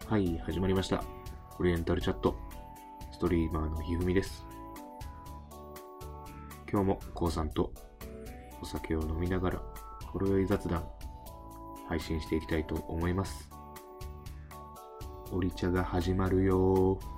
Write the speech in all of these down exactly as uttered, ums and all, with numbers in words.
はい、始まりました。オリエンタルチャット。ストリーマーのひふみです。今日もこうさんとお酒を飲みながらほろ酔い雑談配信していきたいと思います。オリ茶が始まるよー。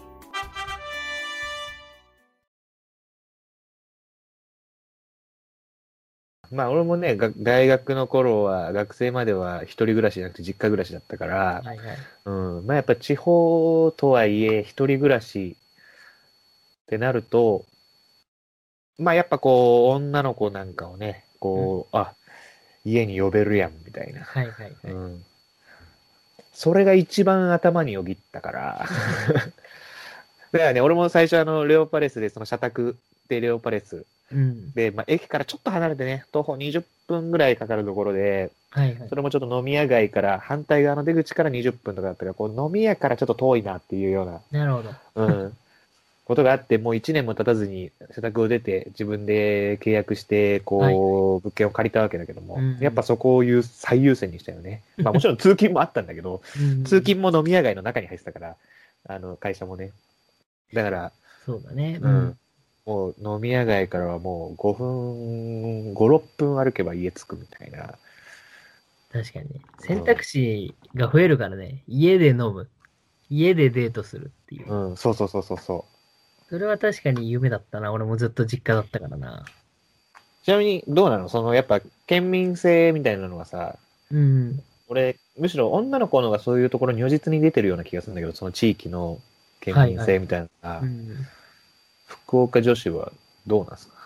まあ俺もね、が大学の頃は、学生までは一人暮らしじゃなくて実家暮らしだったから、 はいはい。 うん、まあやっぱ地方とはいえ一人暮らしってなると、まあやっぱこう女の子なんかをね、こう、あ、家に呼べるやんみたいな。 はいはいはい。 うん。それが一番頭によぎったから。だからね、俺も最初あの、レオパレスで、その社宅でレオパレスうん。 で、まあ駅からちょっと離れてね、徒歩にじゅっぷんぐらいかかるところで、 はいはい。 それもちょっと飲み屋街から反対側の出口からにじゅっぷんとかだったから、こう飲み屋からちょっと遠いなっていうような、 なるほど。 うん、ことがあって、もういちねんも経たずに社宅を出て自分で契約して、こう、物件を借りたわけだけども、 うんやっぱそこをいう最優先にしたよね。まあもちろん通勤もあったんだけど、 うん。 通勤も飲み屋街の中に入ってたから、あの、会社もね。だから、 そうだね。 うん。もう飲み屋街からはもうごふん、ご、ろっぷん歩けば家着くみたいな。 確かにね。選択肢が増えるからね。家で飲む。家でデートするっていう。 うん、そうそうそうそうそう。 それは確かに夢だったな。俺もずっと実家だったからな。 ちなみに、どうなのその、やっぱ、県民性みたいなのがさ、 うん。 俺、むしろ女の子の方がそういうところに如実に出てるような気がするんだけど、その地域の県民性みたいなのが、 うん。 福岡女子はどうなんですか？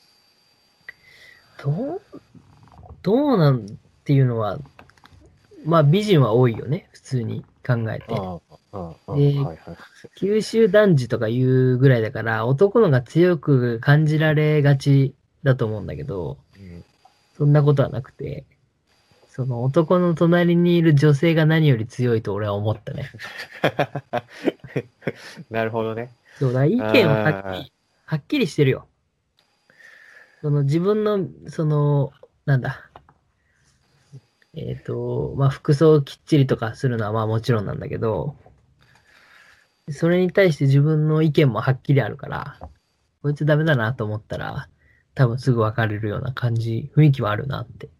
どう、どうなんっていうのは、まあ美人は多いよね。普通に考えて。 ああ、ああ、 で、 はいはい。 九州男児とか言うぐらいだから、男のが強く感じられがちだと思うんだけど、 うんそんなことはなくて、その男の隣にいる女性が何より強いと俺は思ったね。 なるほどね。 そうだ、意見ははっきあり、はっきりしてるよ。その自分の、その、なんだ、えっと、まあ、服装をきっちりとかするのはまあもちろんなんだけど、それに対して自分の意見もはっきりあるから、こいつダメだなと思ったら、多分すぐ別れるような感じ、雰囲気はあるなって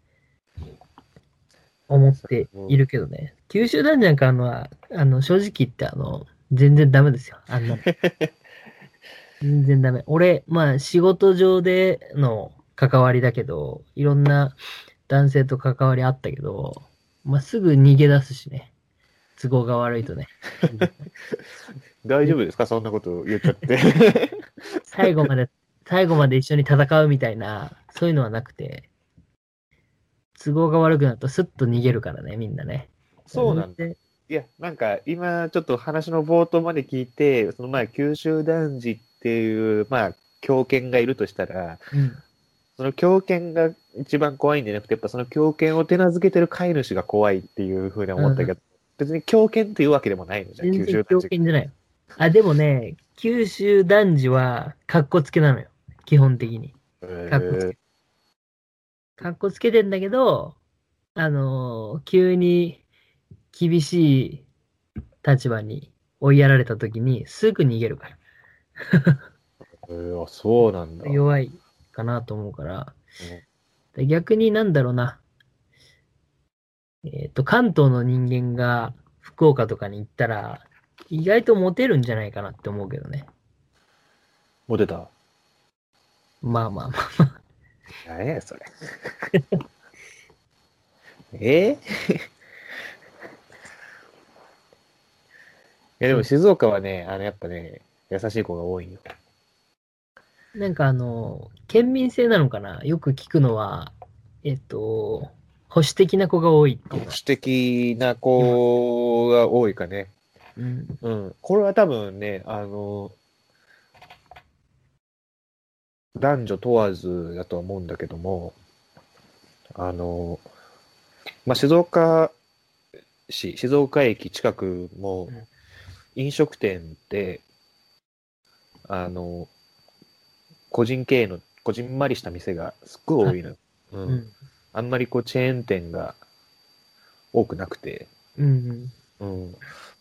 思っているけどね。九州男児なんかあのは、あの、正直言ってあの、全然ダメですよ。あんなの。全然ダメ。俺、まあ仕事上での関わりだけど、いろんな男性と関わりあったけど、まあすぐ逃げ出すしね。都合が悪いとね。 大丈夫ですかそんなこと言っちゃって。 最後まで、最後まで一緒に戦うみたいな、そういうのはなくて、都合が悪くなるとスッと逃げるからね、みんなね。 そうなんだ。いや、なんか今ちょっと話の冒頭まで聞いて、そのまあ九州男児っていう、まあ狂犬がいるとしたら、 うん。 その狂犬が一番怖いんじゃなくて、やっぱその狂犬を手なずけてる飼い主が怖いっていうふうに思ったけど、 うん、 別に狂犬っていうわけでもないのじゃん、 全然九州男児が。 狂犬じゃないよ。あ、でもね、九州男児は、かっこつけなのよ。基本的に。かっこつへけ。かっこつけてんだけど、あのー急に厳しい立場に追いやられた時に、すぐ逃げるから。 えー、あ、そうなんだ。 弱いかなと思うから。 うんで逆になんだろうな。えっと、関東の人間が福岡とかに行ったら、意外とモテるんじゃないかなって思うけどね。 モテた。 まあまあまあ。 何やそれ。えー、いやでも静岡はね、あのやっぱね、優しい子が多いよ。 なんかあの、県民性なのかなよく聞くのは、えっと、保守的な子が多いっていうのは。 保守的な子が多いかね。 うん。 うん。これは多分ね、あの、男女問わずだとは思うんだけども、あの、まあ、静岡市、静岡駅近くもうん飲食店って、あの、個人経営の、こじんまりした店がすっごい多いのよ。う。 うんん。 あんまりこうチェーン店が多くなくて、 うん。 うん。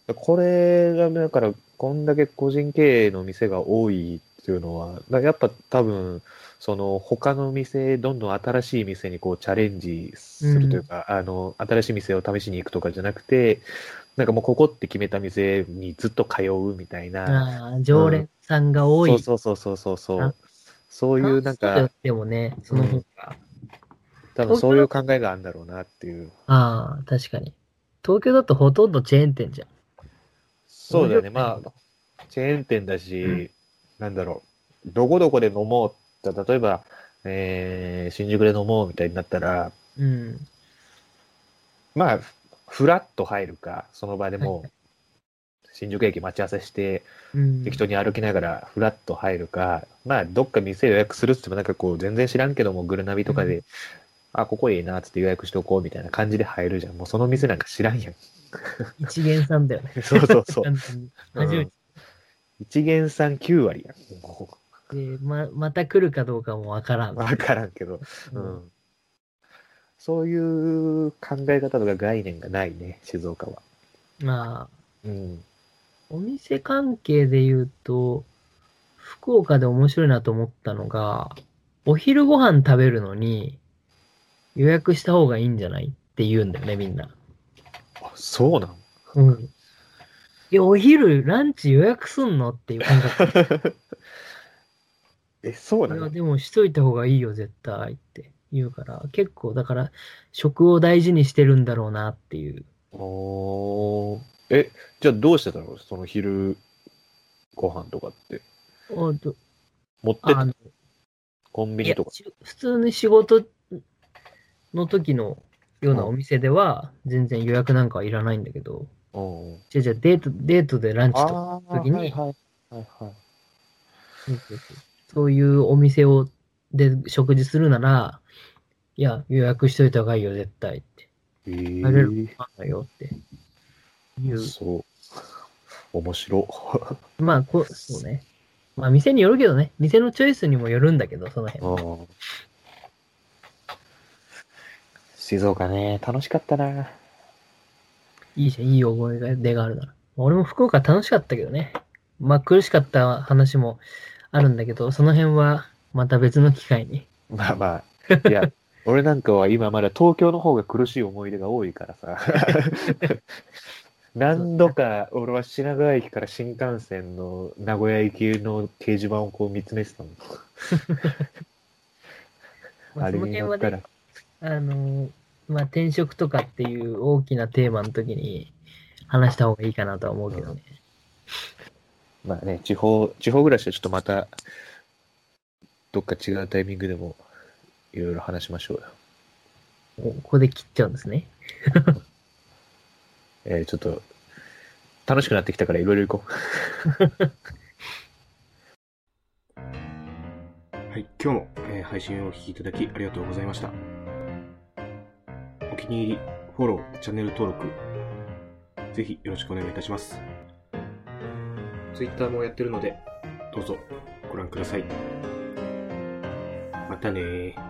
これが、だから、こんだけ個人経営の店が多いっていうのは、だやっぱ多分、その他の店、どんどん新しい店にこうチャレンジするというか、あの、新しい店を試しに行くとかじゃなくて、なんかもうここって決めた店にずっと通うみたいな。 ああ、常連さんが多い。 そうそうそうそうそう。 あそういうなんか、 でもね、その方が。 多分そういう考えがあるんだろうなっていう。 ああ、確かに。東京だとほとんどチェーン店じゃん。 そうだよね。まあ、チェーン店だし、うん、なんだろう。どこどこで飲もうって、例えば、えー、新宿で飲もうみたいになったら、 うん。 まあ、フラッと入るか、その場でもう、新宿駅待ち合わせして、うん、適当に歩きながらフラッと入るか、まあ、どっか店予約するって言ってもなんかこう、全然知らんけども、グルナビとかで、うん、あ、ここいいな、つって予約しておこうみたいな感じで入るじゃん。もうその店なんか知らんやん。 一元さんだよね。 そうそうそう。 初めて。 一元さんきゅう割やん。もうで、ま、また来るかどうかもわからん。 わからんけど、うん。うん。そういう考え方とか概念がないね、静岡は。 まあ、 うん。 お店関係で言うと、福岡で面白いなと思ったのが、お昼ご飯食べるのに予約した方がいいんじゃないって言うんだよね、みんな。 あ、そうなの？ うん。いや、お昼、ランチ予約すんのっていう感覚。 え、そうなの？ いや、でもしといた方がいいよ、絶対って言うから、結構、だから、食を大事にしてるんだろうなっていう。 おー。え、じゃあどうしてたの？その昼ご飯とかって。 おど持ってったコンビニとか。 普通に仕事の時のようなお店では、全然予約なんかはいらないんだけど、 うん、 じゃあじゃあデート、デートでランチとか時に、 はいはいはいはい。 そういうお店を、で食事するなら、いや、予約しといた方がいいよ、絶対って。 えー、 入れるのかんないよっていう。 そう。面白。 まあこ、そうね。まあ、店によるけどね。店のチョイスにもよるんだけど、その辺。 静岡ね、楽しかったな。 いいじゃん、いい覚えが出があるなら。俺も福岡楽しかったけどね。まあ、苦しかった話もあるんだけど、その辺はまた別の機会に。 まあまあ、いや、俺なんかは今まだ東京の方が苦しい思い出が多いからさ。何度か俺は品川駅から新幹線の名古屋行きの掲示板をこう見つめてたの。 まあ、その辺はね、あの、まあ、転職とかっていう大きなテーマの時に話した方がいいかなとは思うけどね。 うん、まあね、地方、地方暮らしはちょっとまた、どっか違うタイミングでもいろいろ話しましょうよ。 お、ここで切っちゃうんですね。 えー、ちょっと、楽しくなってきたからいろいろ行こう。はい、今日も、えー、配信をお聞きいただきありがとうございました。お気に入り、フォロー、チャンネル登録、ぜひよろしくお願いいたします。Twitter もやってるので、どうぞご覧ください。またねー。